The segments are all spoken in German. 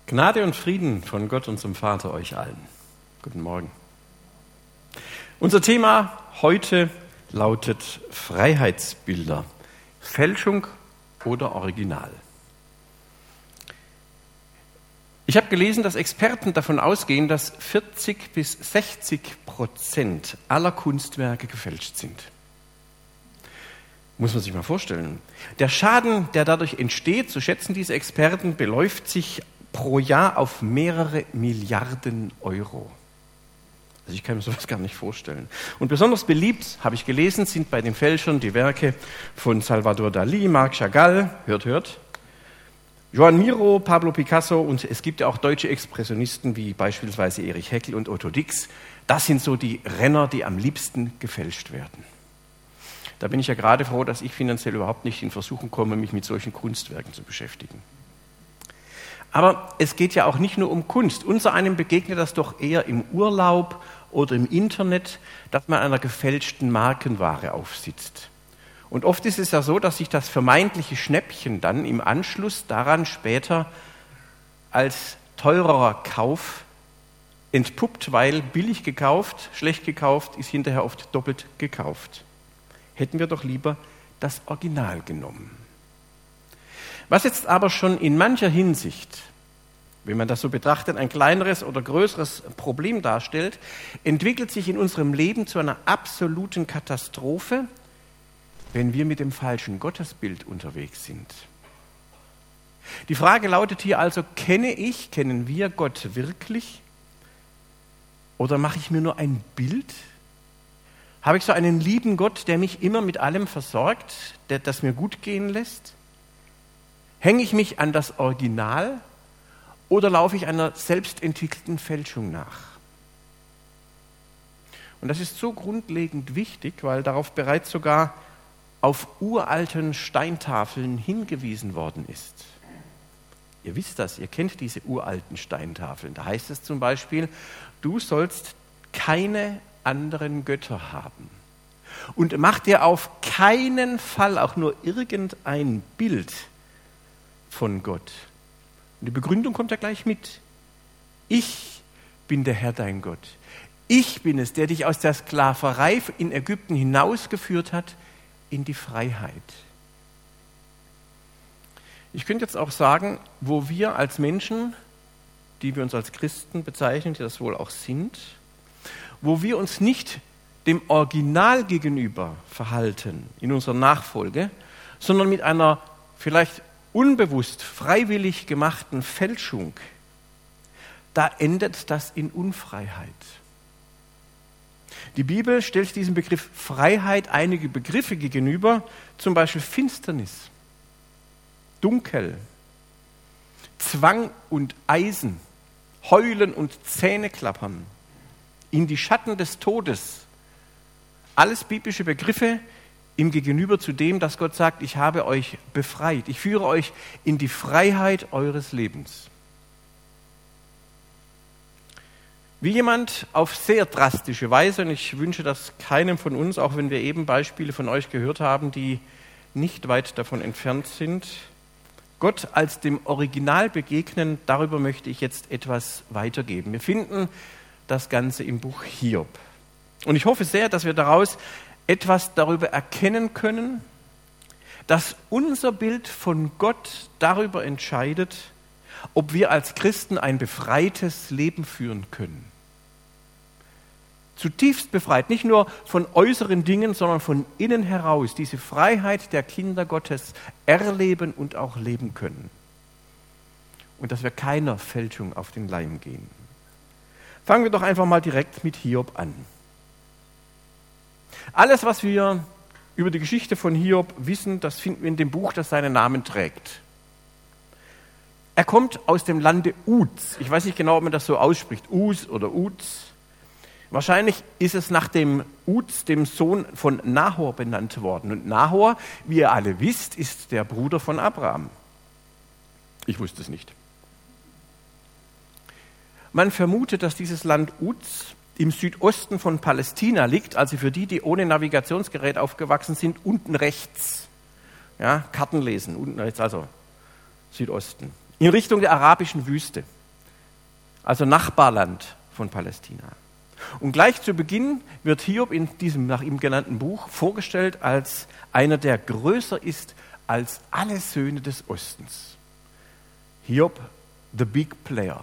Gnade und Frieden von Gott, unserem Vater, euch allen. Guten Morgen. Unser Thema heute lautet Freiheitsbilder. Fälschung oder Original? Ich habe gelesen, dass Experten davon ausgehen, dass 40-60% aller Kunstwerke gefälscht sind. Muss man sich mal vorstellen. Der Schaden, der dadurch entsteht, so schätzen diese Experten, beläuft sich pro Jahr auf mehrere Milliarden Euro. Also ich kann mir sowas gar nicht vorstellen. Und besonders beliebt, habe ich gelesen, sind bei den Fälschern die Werke von Salvador Dalí, Marc Chagall, hört, Joan Miró, Pablo Picasso, und es gibt ja auch deutsche Expressionisten wie beispielsweise Erich Heckel und Otto Dix. Das sind so die Renner, die am liebsten gefälscht werden. Da bin ich ja gerade froh, dass ich finanziell überhaupt nicht in Versuchung komme, mich mit solchen Kunstwerken zu beschäftigen. Aber es geht ja auch nicht nur um Kunst. Unser einem begegnet das doch eher im Urlaub oder im Internet, dass man einer gefälschten Markenware aufsitzt. Und oft ist es ja so, dass sich das vermeintliche Schnäppchen dann im Anschluss daran später als teurerer Kauf entpuppt, weil billig gekauft, schlecht gekauft, ist hinterher oft doppelt gekauft. Hätten wir doch lieber das Original genommen. Was jetzt aber schon in mancher Hinsicht, wenn man das so betrachtet, ein kleineres oder größeres Problem darstellt, entwickelt sich in unserem Leben zu einer absoluten Katastrophe, wenn wir mit dem falschen Gottesbild unterwegs sind. Die Frage lautet hier also, kennen wir Gott wirklich? Oder mache ich mir nur ein Bild? Habe ich so einen lieben Gott, der mich immer mit allem versorgt, der das mir gut gehen lässt? Hänge ich mich an das Original oder laufe ich einer selbstentwickelten Fälschung nach? Und das ist so grundlegend wichtig, weil darauf bereits sogar auf uralten Steintafeln hingewiesen worden ist. Ihr wisst das, ihr kennt diese uralten Steintafeln. Da heißt es zum Beispiel, du sollst keine anderen Götter haben. Und mach dir auf keinen Fall auch nur irgendein Bild von Gott. Und die Begründung kommt ja gleich mit. Ich bin der Herr, dein Gott. Ich bin es, der dich aus der Sklaverei in Ägypten hinausgeführt hat in die Freiheit. Ich könnte jetzt auch sagen, wo wir als Menschen, die wir uns als Christen bezeichnen, die das wohl auch sind, wo wir uns nicht dem Original gegenüber verhalten in unserer Nachfolge, sondern mit einer vielleicht unbewusst, freiwillig gemachten Fälschung, da endet das in Unfreiheit. Die Bibel stellt diesem Begriff Freiheit einige Begriffe gegenüber, zum Beispiel Finsternis, Dunkel, Zwang und Eisen, Heulen und Zähneklappern, in die Schatten des Todes. Alles biblische Begriffe im Gegenüber zu dem, dass Gott sagt, ich habe euch befreit, ich führe euch in die Freiheit eures Lebens. Wie jemand auf sehr drastische Weise, und ich wünsche das keinem von uns, auch wenn wir eben Beispiele von euch gehört haben, die nicht weit davon entfernt sind, Gott als dem Original begegnen, darüber möchte ich jetzt etwas weitergeben. Wir finden das Ganze im Buch Hiob. Und ich hoffe sehr, dass wir daraus etwas darüber erkennen können, dass unser Bild von Gott darüber entscheidet, ob wir als Christen ein befreites Leben führen können. Zutiefst befreit, nicht nur von äußeren Dingen, sondern von innen heraus, diese Freiheit der Kinder Gottes erleben und auch leben können. Und dass wir keiner Fälschung auf den Leim gehen. Fangen wir doch einfach mal direkt mit Hiob an. Alles, was wir über die Geschichte von Hiob wissen, das finden wir in dem Buch, das seinen Namen trägt. Er kommt aus dem Lande Uz. Ich weiß nicht genau, ob man das so ausspricht, Uz oder Uz. Wahrscheinlich ist es nach dem Uz, dem Sohn von Nahor, benannt worden. Und Nahor, wie ihr alle wisst, ist der Bruder von Abraham. Ich wusste es nicht. Man vermutet, dass dieses Land Uz im Südosten von Palästina liegt, also für die, die ohne Navigationsgerät aufgewachsen sind, unten rechts. Ja, Karten lesen, unten rechts, also Südosten. In Richtung der arabischen Wüste. also Nachbarland von Palästina. Und gleich zu Beginn wird Hiob in diesem nach ihm genannten Buch vorgestellt als einer, der größer ist als alle Söhne des Ostens. Hiob, the big player.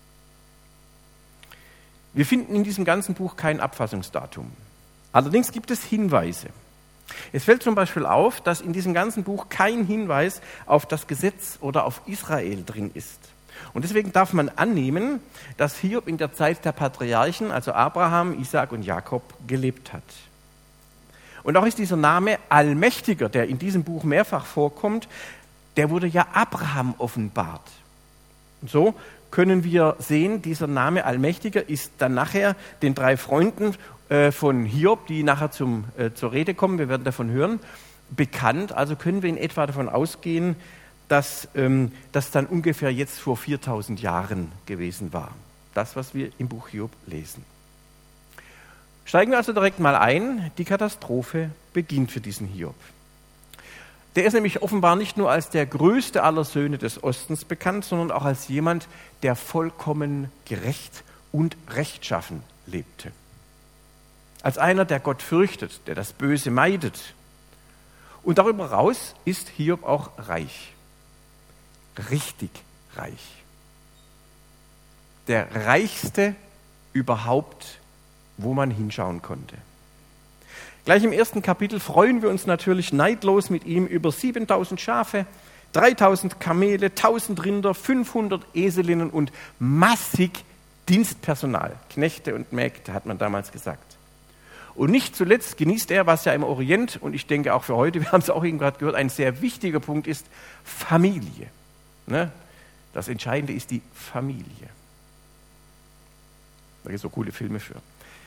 Wir finden in diesem ganzen Buch kein Abfassungsdatum. Allerdings gibt es Hinweise. Es fällt zum Beispiel auf, dass in diesem ganzen Buch kein Hinweis auf das Gesetz oder auf Israel drin ist. Und deswegen darf man annehmen, dass Hiob in der Zeit der Patriarchen, also Abraham, Isaak und Jakob, gelebt hat. Und auch ist dieser Name Allmächtiger, der in diesem Buch mehrfach vorkommt, der wurde ja Abraham offenbart. Und so können wir sehen, dieser Name Allmächtiger ist dann nachher den 3 Freunden von Hiob, die nachher zur Rede kommen, wir werden davon hören, bekannt. Also können wir in etwa davon ausgehen, dass das dann ungefähr jetzt vor 4000 Jahren gewesen war. Das, was wir im Buch Hiob lesen. Steigen wir also direkt mal ein. Die Katastrophe beginnt für diesen Hiob. Der ist nämlich offenbar nicht nur als der größte aller Söhne des Ostens bekannt, sondern auch als jemand, der vollkommen gerecht und rechtschaffen lebte. Als einer, der Gott fürchtet, der das Böse meidet. Und darüber hinaus ist Hiob auch reich. Richtig reich. Der reichste überhaupt, wo man hinschauen konnte. Gleich im ersten Kapitel freuen wir uns natürlich neidlos mit ihm über 7000 Schafe, 3000 Kamele, 1000 Rinder, 500 Eselinnen und massig Dienstpersonal. Knechte und Mägde, hat man damals gesagt. Und nicht zuletzt genießt er, was ja im Orient, und ich denke auch für heute, wir haben es auch eben gerade gehört, ein sehr wichtiger Punkt ist, Familie. Ne? Das Entscheidende ist die Familie. Da gibt es so coole Filme für.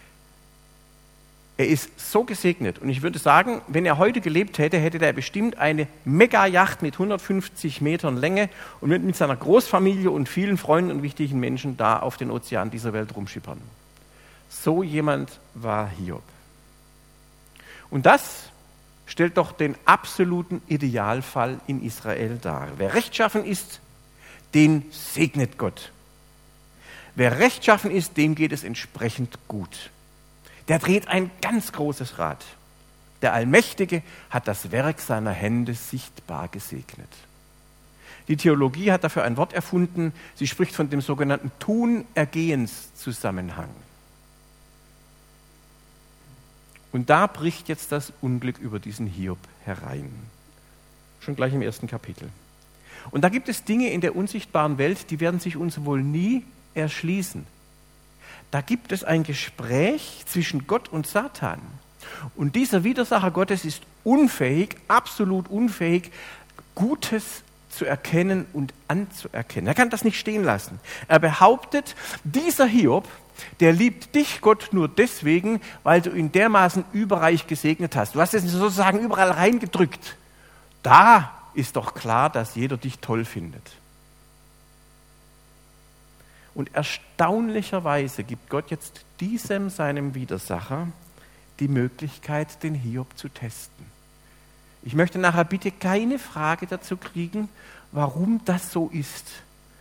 Er ist so gesegnet und ich würde sagen, wenn er heute gelebt hätte, hätte er bestimmt eine Mega-Yacht mit 150 Metern Länge und mit seiner Großfamilie und vielen Freunden und wichtigen Menschen da auf den Ozeanen dieser Welt rumschippern. So jemand war Hiob. Und das stellt doch den absoluten Idealfall in Israel dar. Wer rechtschaffen ist, den segnet Gott. Wer rechtschaffen ist, dem geht es entsprechend gut. Der dreht ein ganz großes Rad. Der Allmächtige hat das Werk seiner Hände sichtbar gesegnet. Die Theologie hat dafür ein Wort erfunden. Sie spricht von dem sogenannten Tun-Ergehens-Zusammenhang. Und da bricht jetzt das Unglück über diesen Hiob herein. Schon gleich im ersten Kapitel. Und da gibt es Dinge in der unsichtbaren Welt, die werden sich uns wohl nie erschließen. Da gibt es ein Gespräch zwischen Gott und Satan. Und dieser Widersacher Gottes ist unfähig, absolut unfähig, Gutes zu erkennen und anzuerkennen. Er kann das nicht stehen lassen. Er behauptet, dieser Hiob, der liebt dich, Gott, nur deswegen, weil du ihn dermaßen überreich gesegnet hast. Du hast es sozusagen überall reingedrückt. Da ist doch klar, dass jeder dich toll findet. Und erstaunlicherweise gibt Gott jetzt seinem Widersacher die Möglichkeit, den Hiob zu testen. Ich möchte nachher bitte keine Frage dazu kriegen, warum das so ist.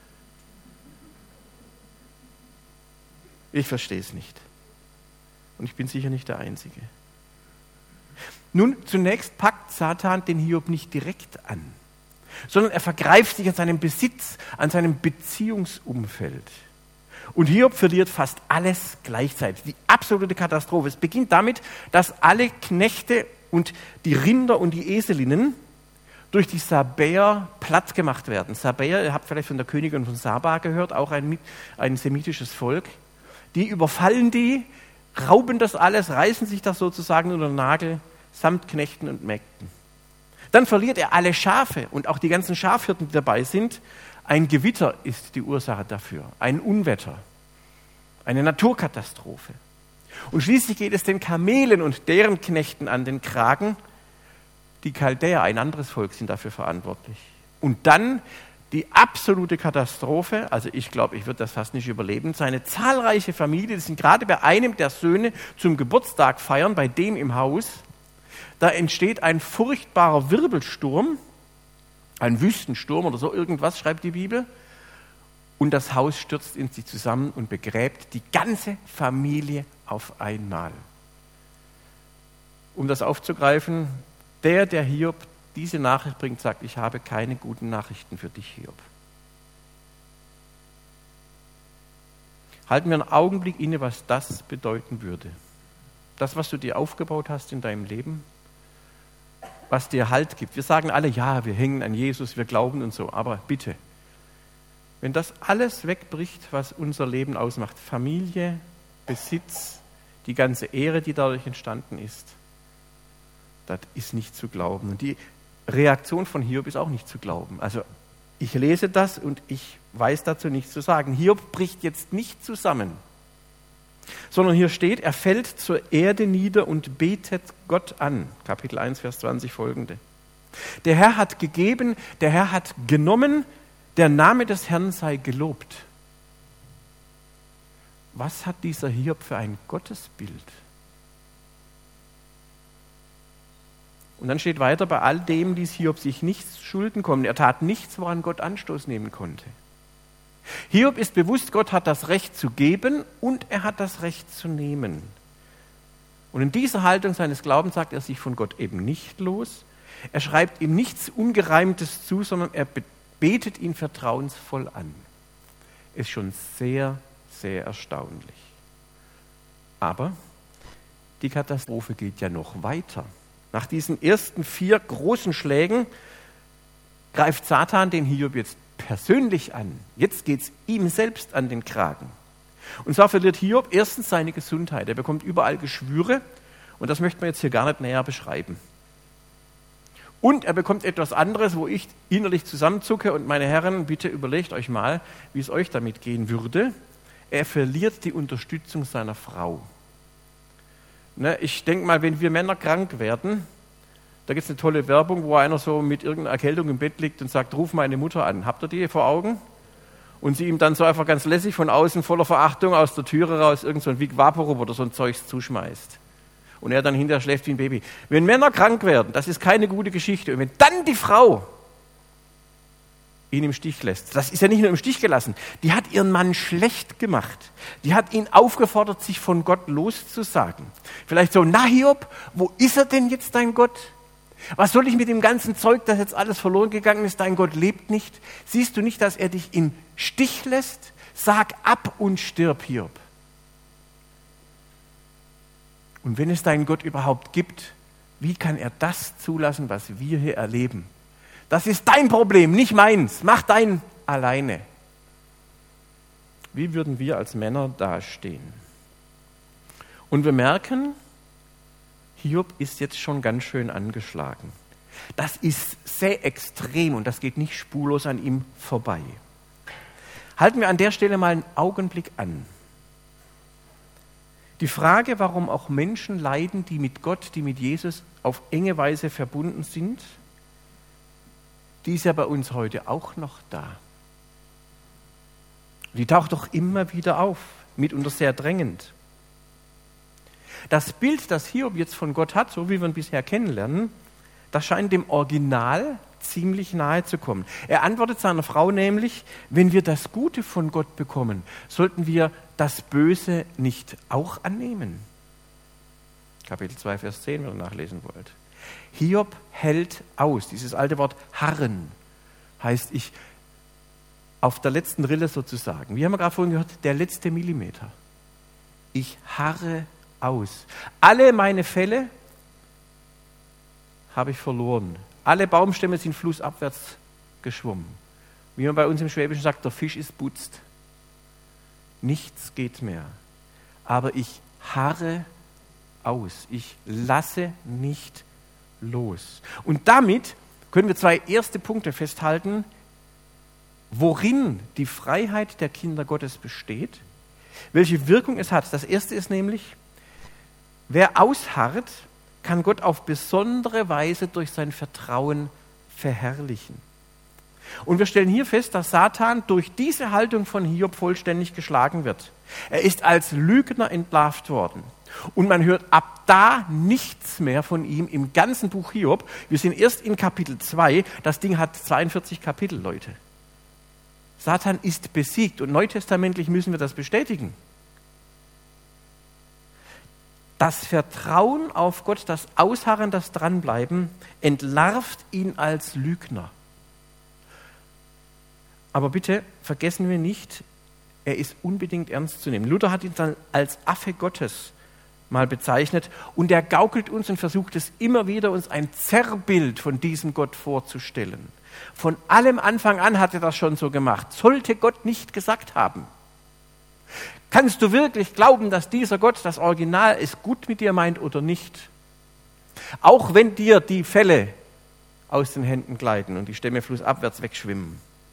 Ich verstehe es nicht. Und ich bin sicher nicht der Einzige. Nun, zunächst packt Satan den Hiob nicht direkt an, sondern er vergreift sich an seinem Besitz, an seinem Beziehungsumfeld. Und Hiob verliert fast alles gleichzeitig. Die absolute Katastrophe. Es beginnt damit, dass alle Knechte und die Rinder und die Eselinnen durch die Sabäer platt gemacht werden. Sabäer, ihr habt vielleicht von der Königin von Saba gehört, auch ein semitisches Volk. Die überfallen die, rauben das alles, reißen sich das sozusagen unter den Nagel, samt Knechten und Mägden. Dann verliert er alle Schafe und auch die ganzen Schafhirten, die dabei sind. Ein Gewitter ist die Ursache dafür, ein Unwetter, eine Naturkatastrophe. Und schließlich geht es den Kamelen und deren Knechten an den Kragen. Die Chaldäer, ein anderes Volk, sind dafür verantwortlich. Und dann die absolute Katastrophe, also ich glaube, ich würde das fast nicht überleben, seine zahlreiche Familie, die sind gerade bei einem der Söhne zum Geburtstag feiern, bei dem im Haus. Da entsteht ein furchtbarer Wirbelsturm, ein Wüstensturm oder so irgendwas, schreibt die Bibel. und das Haus stürzt in sich zusammen und begräbt die ganze Familie auf einmal. Um das aufzugreifen, der Hiob diese Nachricht bringt, sagt, ich habe keine guten Nachrichten für dich, Hiob. Halten wir einen Augenblick inne, was das bedeuten würde. Das, was du dir aufgebaut hast in deinem Leben, was dir Halt gibt. Wir sagen alle, ja, wir hängen an Jesus, wir glauben und so, aber bitte, wenn das alles wegbricht, was unser Leben ausmacht, Familie, Besitz, die ganze Ehre, die dadurch entstanden ist, das ist nicht zu glauben. Und die Reaktion von Hiob ist auch nicht zu glauben. Also ich lese das und ich weiß dazu nichts zu sagen. Hiob bricht jetzt nicht zusammen, sondern hier steht, er fällt zur Erde nieder und betet Gott an. Kapitel 1, Vers 20 folgende. Der Herr hat gegeben, der Herr hat genommen, der Name des Herrn sei gelobt. Was hat dieser Hiob für ein Gottesbild? Und dann steht weiter, bei all dem ließ Hiob sich nichts schulden kommen. Er tat nichts, woran Gott Anstoß nehmen konnte. Hiob ist bewusst, Gott hat das Recht zu geben und er hat das Recht zu nehmen. Und in dieser Haltung seines Glaubens sagt er sich von Gott eben nicht los. Er schreibt ihm nichts Ungereimtes zu, sondern er betet ihn vertrauensvoll an. Ist schon sehr, sehr erstaunlich. Aber die Katastrophe geht ja noch weiter. Nach diesen ersten 4 großen Schlägen greift Satan den Hiob jetzt persönlich an. Jetzt geht es ihm selbst an den Kragen. Und zwar verliert Hiob erstens seine Gesundheit. Er bekommt überall Geschwüre und das möchte man jetzt hier gar nicht näher beschreiben. Und er bekommt etwas anderes, wo ich innerlich zusammenzucke und meine Herren, bitte überlegt euch mal, wie es euch damit gehen würde. Er verliert die Unterstützung seiner Frau. Ich denke mal, wenn wir Männer krank werden, da gibt es eine tolle Werbung, wo einer so mit irgendeiner Erkältung im Bett liegt und sagt, ruf meine Mutter an. Habt ihr die vor Augen? Und sie ihm dann so einfach ganz lässig von außen voller Verachtung aus der Türe raus irgend so ein Vic Vaporub oder so ein Zeugs zuschmeißt. Und er dann hinterher schläft wie ein Baby. Wenn Männer krank werden, das ist keine gute Geschichte. Und wenn dann die Frau ihn im Stich lässt, das ist ja nicht nur im Stich gelassen, die hat ihren Mann schlecht gemacht. Die hat ihn aufgefordert, sich von Gott loszusagen. Vielleicht so, na Hiob, wo ist er denn jetzt, dein Gott? Was soll ich mit dem ganzen Zeug, das jetzt alles verloren gegangen ist? Dein Gott lebt nicht. Siehst du nicht, dass er dich im Stich lässt? Sag ab und stirb, Hiob. Und wenn es deinen Gott überhaupt gibt, wie kann er das zulassen, was wir hier erleben? Das ist dein Problem, nicht meins. Mach dein alleine. Wie würden wir als Männer dastehen? Und wir merken, Hiob ist jetzt schon ganz schön angeschlagen. Das ist sehr extrem und das geht nicht spurlos an ihm vorbei. Halten wir an der Stelle mal einen Augenblick an. Die Frage, warum auch Menschen leiden, die mit Gott, die mit Jesus auf enge Weise verbunden sind, die ist ja bei uns heute auch noch da. Die taucht doch immer wieder auf, mitunter sehr drängend. Das Bild, das Hiob jetzt von Gott hat, so wie wir ihn bisher kennenlernen, das scheint dem Original ziemlich nahe zu kommen. Er antwortet seiner Frau nämlich, wenn wir das Gute von Gott bekommen, sollten wir das Böse nicht auch annehmen. Kapitel 2, Vers 10, wenn ihr nachlesen wollt. Hiob hält aus. Dieses alte Wort harren heißt ich auf der letzten Rille sozusagen. Wie haben wir gerade vorhin gehört, der letzte Millimeter. Ich harre aus. Alle meine Fälle habe ich verloren. Alle Baumstämme sind flussabwärts geschwommen. Wie man bei uns im Schwäbischen sagt, der Fisch ist putzt. Nichts geht mehr. Aber ich harre aus. Ich lasse nicht los. Und damit können wir 2 erste Punkte festhalten, worin die Freiheit der Kinder Gottes besteht, welche Wirkung es hat. Das erste ist nämlich, wer ausharrt, kann Gott auf besondere Weise durch sein Vertrauen verherrlichen. Und wir stellen hier fest, dass Satan durch diese Haltung von Hiob vollständig geschlagen wird. Er ist als Lügner entlarvt worden. Und man hört ab da nichts mehr von ihm im ganzen Buch Hiob. Wir sind erst in Kapitel 2. Das Ding hat 42 Kapitel, Leute. Satan ist besiegt und neutestamentlich müssen wir das bestätigen. Das Vertrauen auf Gott, das Ausharren, das Dranbleiben, entlarvt ihn als Lügner. Aber bitte vergessen wir nicht, er ist unbedingt ernst zu nehmen. Luther hat ihn dann als Affe Gottes mal bezeichnet und er gaukelt uns und versucht es immer wieder, uns ein Zerrbild von diesem Gott vorzustellen. Von allem Anfang an hat er das schon so gemacht. Sollte Gott nicht gesagt haben. Kannst du wirklich glauben, dass dieser Gott, das Original, es gut mit dir meint oder nicht? Auch wenn dir die Fälle aus den Händen gleiten und die Stämme flussabwärts wegschwimmen.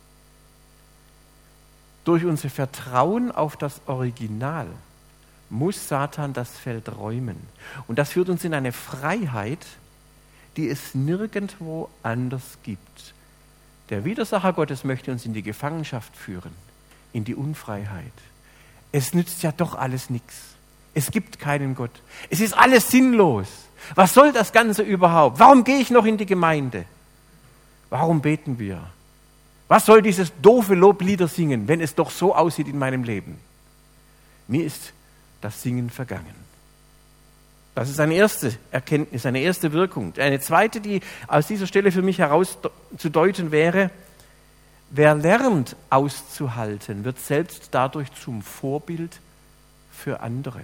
Durch unser Vertrauen auf das Original muss Satan das Feld räumen. Und das führt uns in eine Freiheit, die es nirgendwo anders gibt. Der Widersacher Gottes möchte uns in die Gefangenschaft führen, in die Unfreiheit. Es nützt ja doch alles nichts. Es gibt keinen Gott. Es ist alles sinnlos. Was soll das Ganze überhaupt? Warum gehe ich noch in die Gemeinde? Warum beten wir? Was soll dieses doofe Loblieder singen, wenn es doch so aussieht in meinem Leben? Mir ist das Singen vergangen. Das ist eine erste Erkenntnis, eine erste Wirkung. Eine zweite, die aus dieser Stelle für mich herauszudeuten wäre: Wer lernt auszuhalten, wird selbst dadurch zum Vorbild für andere.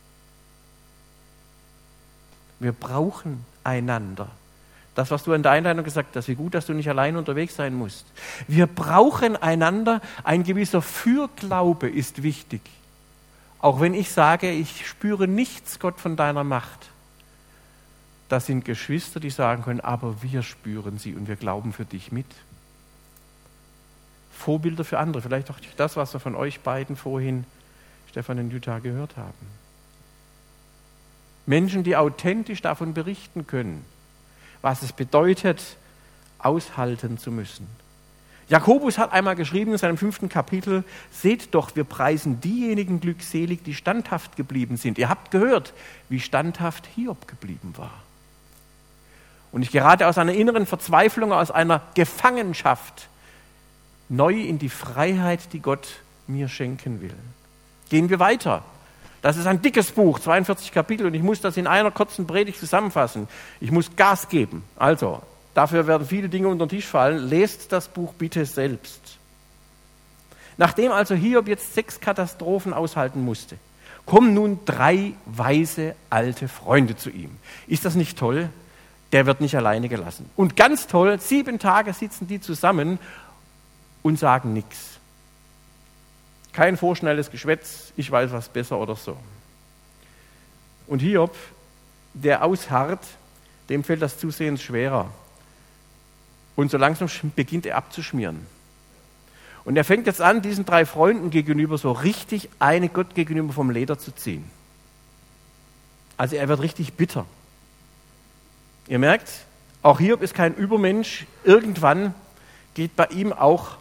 Wir brauchen einander. Das, was du in der Einleitung gesagt hast, wie gut, dass du nicht allein unterwegs sein musst. Wir brauchen einander. Ein gewisser Fürglaube ist wichtig. Auch wenn ich sage, ich spüre nichts, Gott, von deiner Macht. Das sind Geschwister, die sagen können, aber wir spüren sie und wir glauben für dich mit. Vorbilder für andere, vielleicht auch das, was wir von euch beiden vorhin, Stefan und Jutta, gehört haben. Menschen, die authentisch davon berichten können, was es bedeutet, aushalten zu müssen. Jakobus hat einmal geschrieben in seinem 5. Kapitel, seht doch, wir preisen diejenigen glückselig, die standhaft geblieben sind. Ihr habt gehört, wie standhaft Hiob geblieben war. Und ich gerate aus einer inneren Verzweiflung, aus einer Gefangenschaft, neu in die Freiheit, die Gott mir schenken will. Gehen wir weiter. Das ist ein dickes Buch, 42 Kapitel, und ich muss das in einer kurzen Predigt zusammenfassen. Ich muss Gas geben. Also, dafür werden viele Dinge unter den Tisch fallen. Lest das Buch bitte selbst. Nachdem also Hiob jetzt 6 Katastrophen aushalten musste, kommen nun 3 weise alte Freunde zu ihm. Ist das nicht toll? Der wird nicht alleine gelassen. Und ganz toll, 7 Tage sitzen die zusammen und sagen nichts. Kein vorschnelles Geschwätz, ich weiß was besser oder so. Und Hiob, der ausharrt, dem fällt das zusehends schwerer. Und so langsam beginnt er abzuschmieren. Und er fängt jetzt an, diesen 3 Freunden gegenüber so richtig eine Gott gegenüber vom Leder zu ziehen. Also er wird richtig bitter. Ihr merkt, auch Hiob ist kein Übermensch. Irgendwann geht bei ihm auch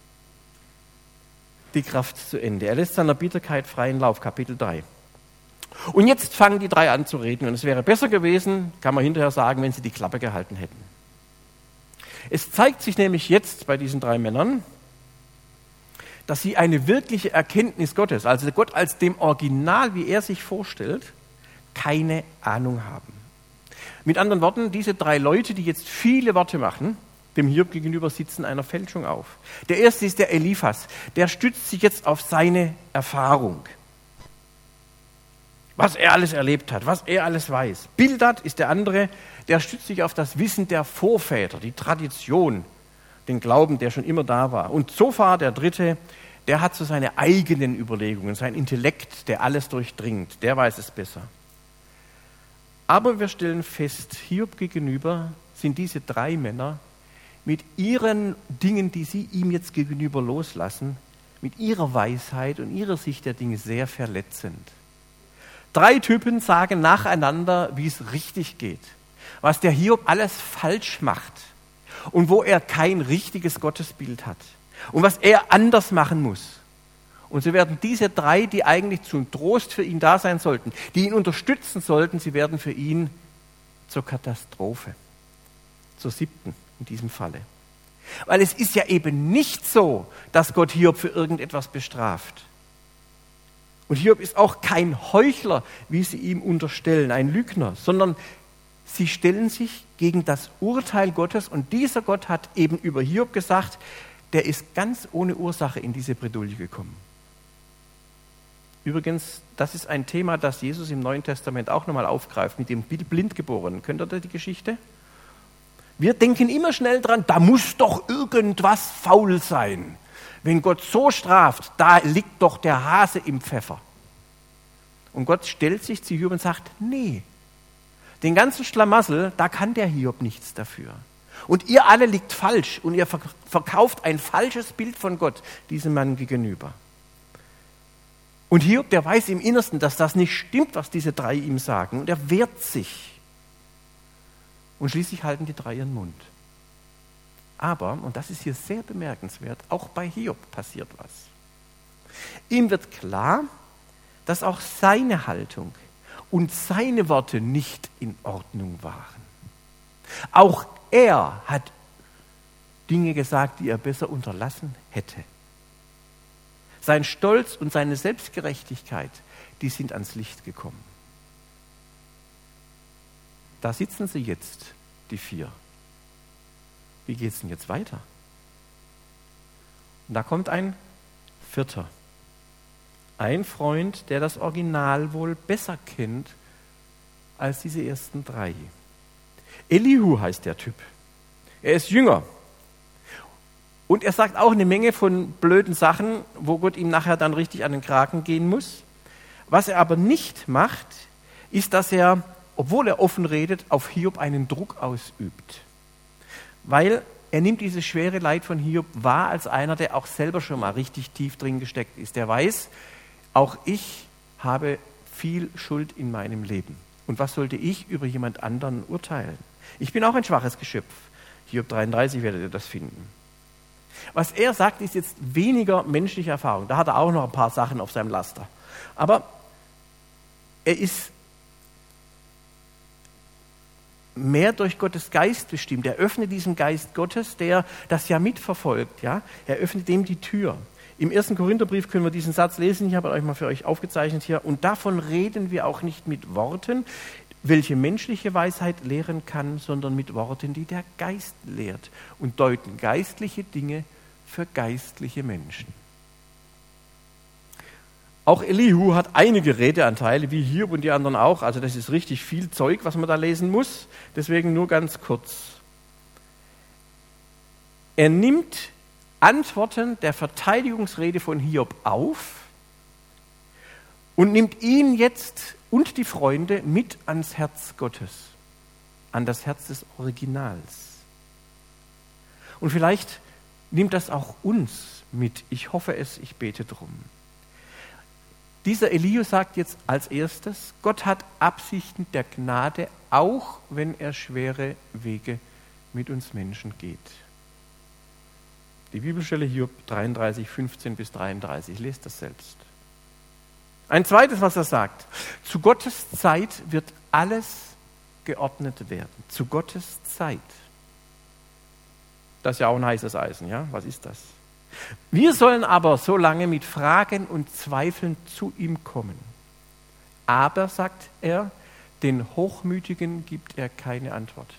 die Kraft zu Ende. Er lässt seiner Bitterkeit freien Lauf, Kapitel 3. Und jetzt fangen die 3 an zu reden. Und es wäre besser gewesen, kann man hinterher sagen, wenn sie die Klappe gehalten hätten. Es zeigt sich nämlich jetzt bei diesen 3 Männern, dass sie eine wirkliche Erkenntnis Gottes, also Gott als dem Original, wie er sich vorstellt, keine Ahnung haben. Mit anderen Worten, diese 3 Leute, die jetzt viele Worte machen, dem Hiob gegenüber sitzen einer Fälschung auf. Der erste ist der Eliphas. Der stützt sich jetzt auf seine Erfahrung. Was er alles erlebt hat, was er alles weiß. Bildad ist der andere, der stützt sich auf das Wissen der Vorväter, die Tradition, den Glauben, der schon immer da war. Und Zophar, der dritte, der hat so seine eigenen Überlegungen, sein Intellekt, der alles durchdringt, der weiß es besser. Aber wir stellen fest, Hiob gegenüber sind diese 3 Männer mit ihren Dingen, die sie ihm jetzt gegenüber loslassen, mit ihrer Weisheit und ihrer Sicht der Dinge sehr verletzend. 3 Typen sagen nacheinander, wie es richtig geht, was der Hiob alles falsch macht und wo er kein richtiges Gottesbild hat und was er anders machen muss. Und so werden diese 3, die eigentlich zum Trost für ihn da sein sollten, die ihn unterstützen sollten, sie werden für ihn zur Katastrophe, zur 7. in diesem Falle. Weil es ist ja eben nicht so, dass Gott Hiob für irgendetwas bestraft. Und Hiob ist auch kein Heuchler, wie sie ihm unterstellen, ein Lügner, sondern sie stellen sich gegen das Urteil Gottes und dieser Gott hat eben über Hiob gesagt, der ist ganz ohne Ursache in diese Bredouille gekommen. Übrigens, das ist ein Thema, das Jesus im Neuen Testament auch nochmal aufgreift, mit dem Blindgeborenen. Kennt ihr die Geschichte? Wir denken immer schnell dran, da muss doch irgendwas faul sein. Wenn Gott so straft, da liegt doch der Hase im Pfeffer. Und Gott stellt sich zu Hiob und sagt, nee, den ganzen Schlamassel, da kann der Hiob nichts dafür. Und ihr alle liegt falsch und ihr verkauft ein falsches Bild von Gott diesem Mann gegenüber. Und Hiob, der weiß im Innersten, dass das nicht stimmt, was diese drei ihm sagen. Und er wehrt sich. Und schließlich halten die drei ihren Mund. Aber, und das ist hier sehr bemerkenswert, auch bei Hiob passiert was. Ihm wird klar, dass auch seine Haltung und seine Worte nicht in Ordnung waren. Auch er hat Dinge gesagt, die er besser unterlassen hätte. Sein Stolz und seine Selbstgerechtigkeit, die sind ans Licht gekommen. Da sitzen sie jetzt, die vier. Wie geht es denn jetzt weiter? Und da kommt ein vierter. Ein Freund, der das Original wohl besser kennt als diese ersten drei. Elihu heißt der Typ. Er ist jünger. Und er sagt auch eine Menge von blöden Sachen, wo Gott ihm nachher dann richtig an den Kragen gehen muss. Was er aber nicht macht, ist, dass er, obwohl er offen redet, auf Hiob einen Druck ausübt. Weil er nimmt dieses schwere Leid von Hiob wahr als einer, der auch selber schon mal richtig tief drin gesteckt ist. Der weiß, auch ich habe viel Schuld in meinem Leben. Und was sollte ich über jemand anderen urteilen? Ich bin auch ein schwaches Geschöpf. Hiob 33 werdet ihr das finden. Was er sagt, ist jetzt weniger menschliche Erfahrung. Da hat er auch noch ein paar Sachen auf seinem Laster. Aber er ist mehr durch Gottes Geist bestimmt. Er öffnet diesem Geist Gottes, der das ja mitverfolgt. Ja? Er öffnet dem die Tür. Im 1. Korintherbrief können wir diesen Satz lesen. Ich habe euch mal für euch aufgezeichnet hier. Und davon reden wir auch nicht mit Worten, welche menschliche Weisheit lehren kann, sondern mit Worten, die der Geist lehrt und deuten geistliche Dinge für geistliche Menschen. Auch Elihu hat einige Redeanteile, wie Hiob und die anderen auch. Also das ist richtig viel Zeug, was man da lesen muss. Deswegen nur ganz kurz. Er nimmt Antworten der Verteidigungsrede von Hiob auf und nimmt ihn jetzt und die Freunde mit ans Herz Gottes, an das Herz des Originals. Und vielleicht nimmt das auch uns mit. Ich hoffe es, ich bete drum. Dieser Elihu sagt jetzt als erstes, Gott hat Absichten der Gnade, auch wenn er schwere Wege mit uns Menschen geht. Die Bibelstelle Hiob 33, 15 bis 33, lest das selbst. Ein zweites, was er sagt, zu Gottes Zeit wird alles geordnet werden. Zu Gottes Zeit. Das ist ja auch ein heißes Eisen, ja? Was ist das? Wir sollen aber so lange mit Fragen und Zweifeln zu ihm kommen. Aber, sagt er, den Hochmütigen gibt er keine Antwort.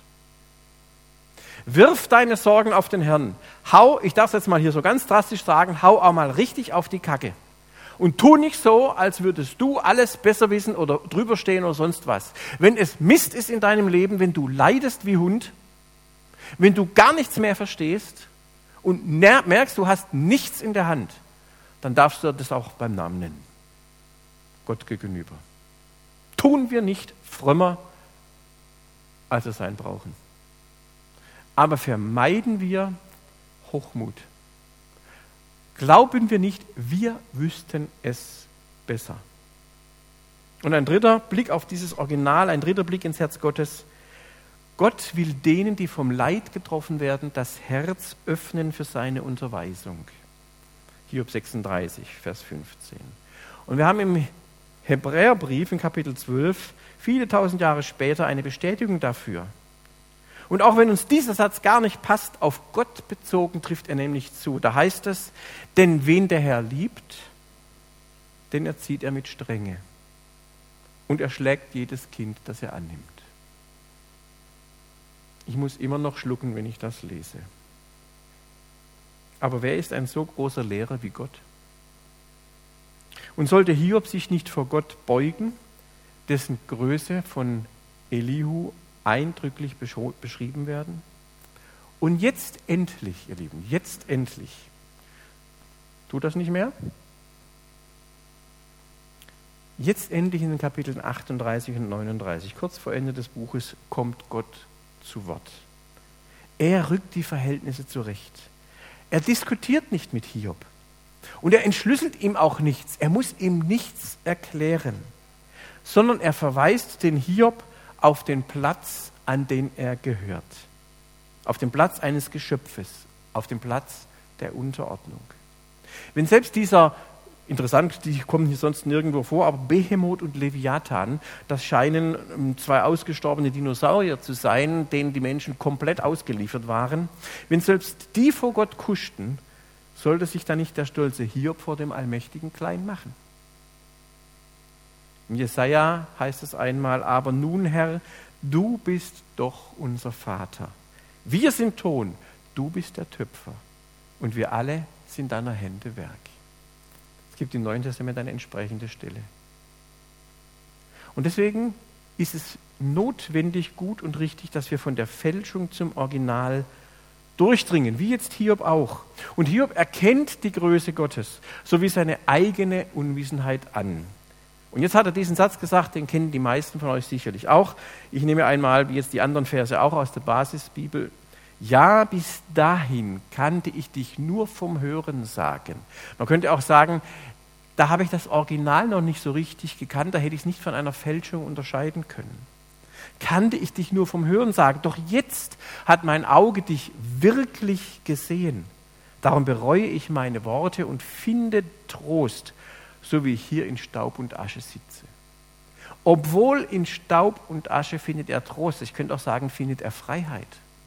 Wirf deine Sorgen auf den Herrn. Hau, ich darf es jetzt mal hier so ganz drastisch sagen, hau auch mal richtig auf die Kacke. Und tu nicht so, als würdest du alles besser wissen oder drüber stehen oder sonst was. Wenn es Mist ist in deinem Leben, wenn du leidest wie Hund, wenn du gar nichts mehr verstehst und merkst, du hast nichts in der Hand, dann darfst du das auch beim Namen nennen. Gott gegenüber. Tun wir nicht frömmer, als wir sein brauchen. Aber vermeiden wir Hochmut. Glauben wir nicht, wir wüssten es besser. Und ein dritter Blick auf dieses Original, ein dritter Blick ins Herz Gottes. Gott will denen, die vom Leid getroffen werden, das Herz öffnen für seine Unterweisung. Hiob 36, Vers 15. Und wir haben im Hebräerbrief in Kapitel 12 viele tausend Jahre später eine Bestätigung dafür. Und auch wenn uns dieser Satz gar nicht passt, auf Gott bezogen trifft er nämlich zu. Da heißt es, denn wen der Herr liebt, den erzieht er mit Strenge. Und er schlägt jedes Kind, das er annimmt. Ich muss immer noch schlucken, wenn ich das lese. Aber wer ist ein so großer Lehrer wie Gott? Und sollte Hiob sich nicht vor Gott beugen, dessen Größe von Elihu eindrücklich beschrieben werden? Und jetzt endlich, ihr Lieben, jetzt endlich. Tut das nicht mehr? Jetzt endlich in den Kapiteln 38 und 39, kurz vor Ende des Buches, kommt Gott zu Wort. Er rückt die Verhältnisse zurecht. Er diskutiert nicht mit Hiob. Und er entschlüsselt ihm auch nichts. Er muss ihm nichts erklären, sondern er verweist den Hiob auf den Platz, an den er gehört. Auf den Platz eines Geschöpfes, auf den Platz der Unterordnung. Wenn selbst dieser, interessant, die kommen hier sonst nirgendwo vor, aber Behemoth und Leviathan, das scheinen zwei ausgestorbene Dinosaurier zu sein, denen die Menschen komplett ausgeliefert waren. Wenn selbst die vor Gott kuschten, sollte sich da nicht der stolze Hiob vor dem Allmächtigen klein machen? Im Jesaja heißt es einmal, aber nun, Herr, du bist doch unser Vater. Wir sind Ton, du bist der Töpfer und wir alle sind deiner Hände Werk. Es gibt im Neuen Testament eine entsprechende Stelle. Und deswegen ist es notwendig, gut und richtig, dass wir von der Fälschung zum Original durchdringen, wie jetzt Hiob auch. Und Hiob erkennt die Größe Gottes sowie seine eigene Unwissenheit an. Und jetzt hat er diesen Satz gesagt, den kennen die meisten von euch sicherlich auch. Ich nehme einmal, wie jetzt die anderen Verse auch aus der Basisbibel. Ja, bis dahin kannte ich dich nur vom Hören sagen. Man könnte auch sagen, da habe ich das Original noch nicht so richtig gekannt, da hätte ich es nicht von einer Fälschung unterscheiden können. Kannte ich dich nur vom Hören sagen, doch jetzt hat mein Auge dich wirklich gesehen. Darum bereue ich meine Worte und finde Trost, so wie ich hier in Staub und Asche sitze. Obwohl in Staub und Asche findet er Trost. Ich könnte auch sagen, findet er Freiheit.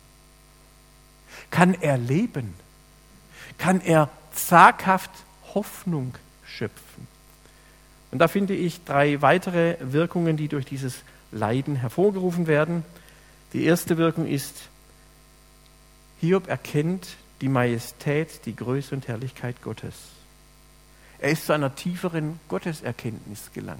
Kann er leben? Kann er zaghaft Hoffnung schöpfen? Und da finde ich 3 weitere Wirkungen, die durch dieses Leiden hervorgerufen werden. Die erste Wirkung ist, Hiob erkennt die Majestät, die Größe und Herrlichkeit Gottes. Er ist zu einer tieferen Gotteserkenntnis gelangt.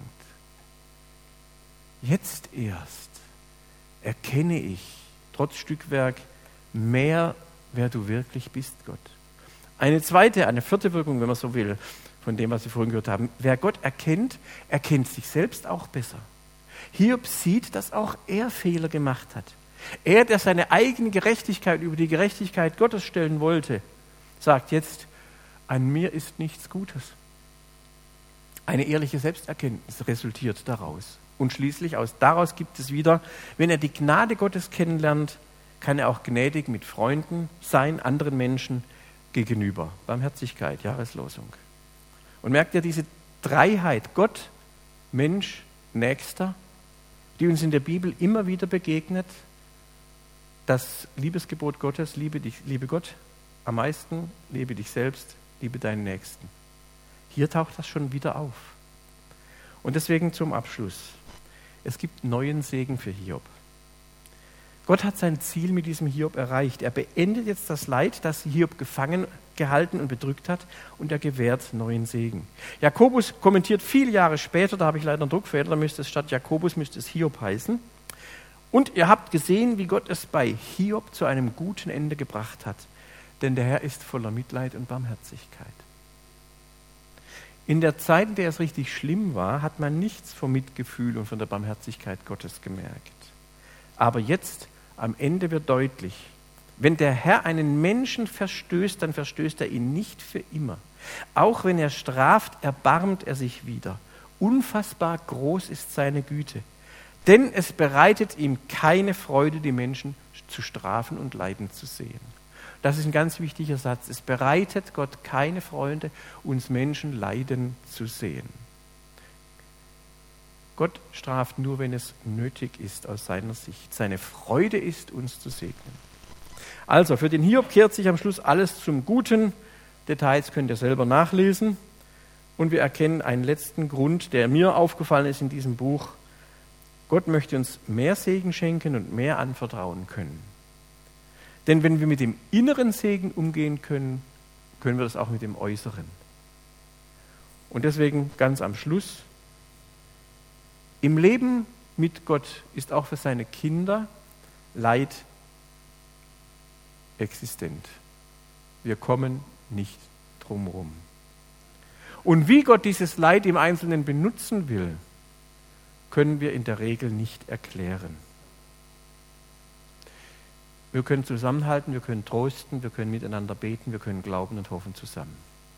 Jetzt erst erkenne ich, trotz Stückwerk, mehr, wer du wirklich bist, Gott. Eine 4. Wirkung, wenn man so will, von dem, was wir vorhin gehört haben. Wer Gott erkennt, erkennt sich selbst auch besser. Hiob sieht, dass auch er Fehler gemacht hat. Er, der seine eigene Gerechtigkeit über die Gerechtigkeit Gottes stellen wollte, sagt jetzt, an mir ist nichts Gutes. Eine ehrliche Selbsterkenntnis resultiert daraus. Und schließlich daraus gibt es wieder, wenn er die Gnade Gottes kennenlernt, kann er auch gnädig mit Freunden sein, anderen Menschen gegenüber. Barmherzigkeit, Jahreslosung. Und merkt ihr diese Dreiheit, Gott, Mensch, Nächster, die uns in der Bibel immer wieder begegnet, das Liebesgebot Gottes, liebe Gott am meisten, liebe dich selbst, liebe deinen Nächsten. Hier taucht das schon wieder auf. Und deswegen zum Abschluss. Es gibt neuen Segen für Hiob. Gott hat sein Ziel mit diesem Hiob erreicht. Er beendet jetzt das Leid, das Hiob gefangen gehalten und bedrückt hat, und er gewährt neuen Segen. Jakobus kommentiert viele Jahre später, da habe ich leider einen Druckfehler, da müsste es statt Jakobus müsste es Hiob heißen. Und ihr habt gesehen, wie Gott es bei Hiob zu einem guten Ende gebracht hat, denn der Herr ist voller Mitleid und Barmherzigkeit. In der Zeit, in der es richtig schlimm war, hat man nichts vom Mitgefühl und von der Barmherzigkeit Gottes gemerkt. Aber jetzt, am Ende wird deutlich, wenn der Herr einen Menschen verstößt, dann verstößt er ihn nicht für immer. Auch wenn er straft, erbarmt er sich wieder. Unfassbar groß ist seine Güte. Denn es bereitet ihm keine Freude, die Menschen zu strafen und leiden zu sehen. Das ist ein ganz wichtiger Satz. Es bereitet Gott keine Freude, uns Menschen leiden zu sehen. Gott straft nur, wenn es nötig ist aus seiner Sicht. Seine Freude ist, uns zu segnen. Also, für den Hiob kehrt sich am Schluss alles zum Guten. Details könnt ihr selber nachlesen. Und wir erkennen einen letzten Grund, der mir aufgefallen ist in diesem Buch. Gott möchte uns mehr Segen schenken und mehr anvertrauen können. Denn wenn wir mit dem inneren Segen umgehen können, können wir das auch mit dem äußeren. Und deswegen ganz am Schluss, im Leben mit Gott ist auch für seine Kinder Leid existent. Wir kommen nicht drum rum. Und wie Gott dieses Leid im Einzelnen benutzen will, können wir in der Regel nicht erklären. Wir können zusammenhalten, wir können trösten, wir können miteinander beten, wir können glauben und hoffen zusammen.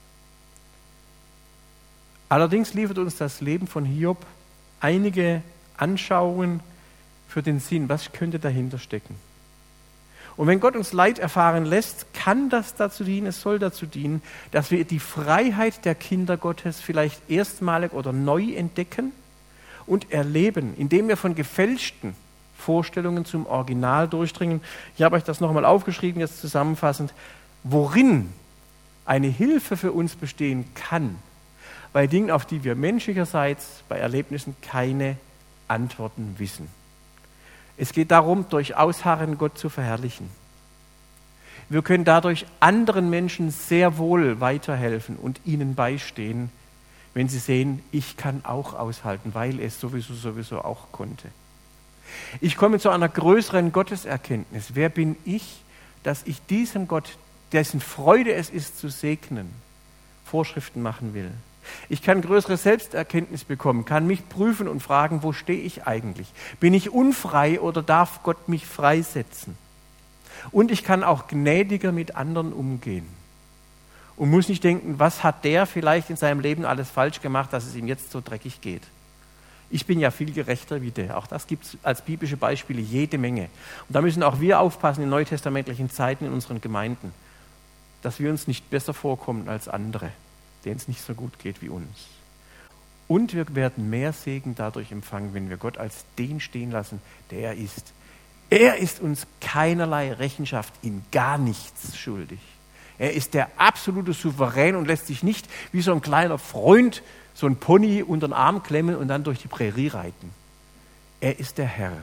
Allerdings liefert uns das Leben von Hiob einige Anschauungen für den Sinn. Was könnte dahinter stecken? Und wenn Gott uns Leid erfahren lässt, kann das dazu dienen, es soll dazu dienen, dass wir die Freiheit der Kinder Gottes vielleicht erstmalig oder neu entdecken und erleben, indem wir von gefälschten Vorstellungen zum Original durchdringen. Ich habe euch das nochmal aufgeschrieben, jetzt zusammenfassend, worin eine Hilfe für uns bestehen kann, bei Dingen, auf die wir menschlicherseits, bei Erlebnissen keine Antworten wissen. Es geht darum, durch Ausharren Gott zu verherrlichen. Wir können dadurch anderen Menschen sehr wohl weiterhelfen und ihnen beistehen, wenn sie sehen, ich kann auch aushalten, weil es sowieso auch konnte. Ich komme zu einer größeren Gotteserkenntnis. Wer bin ich, dass ich diesem Gott, dessen Freude es ist zu segnen, Vorschriften machen will? Ich kann größere Selbsterkenntnis bekommen, kann mich prüfen und fragen, wo stehe ich eigentlich? Bin ich unfrei oder darf Gott mich freisetzen? Und ich kann auch gnädiger mit anderen umgehen und muss nicht denken, was hat der vielleicht in seinem Leben alles falsch gemacht, dass es ihm jetzt so dreckig geht. Ich bin ja viel gerechter wie der. Auch das gibt es als biblische Beispiele jede Menge. Und da müssen auch wir aufpassen in neutestamentlichen Zeiten in unseren Gemeinden, dass wir uns nicht besser vorkommen als andere, denen es nicht so gut geht wie uns. Und wir werden mehr Segen dadurch empfangen, wenn wir Gott als den stehen lassen, der er ist. Er ist uns keinerlei Rechenschaft in gar nichts schuldig. Er ist der absolute Souverän und lässt sich nicht wie so ein kleiner Freund so ein Pony unter den Arm klemmen und dann durch die Prärie reiten. Er ist der Herr.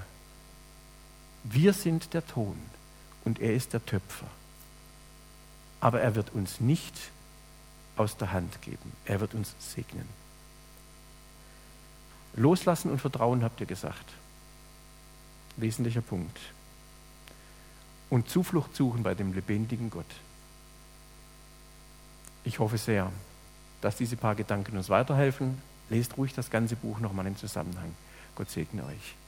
Wir sind der Ton und er ist der Töpfer. Aber er wird uns nicht aus der Hand geben. Er wird uns segnen. Loslassen und Vertrauen, habt ihr gesagt. Wesentlicher Punkt. Und Zuflucht suchen bei dem lebendigen Gott. Ich hoffe sehr, dass diese paar Gedanken uns weiterhelfen. Lest ruhig das ganze Buch nochmal im Zusammenhang. Gott segne euch.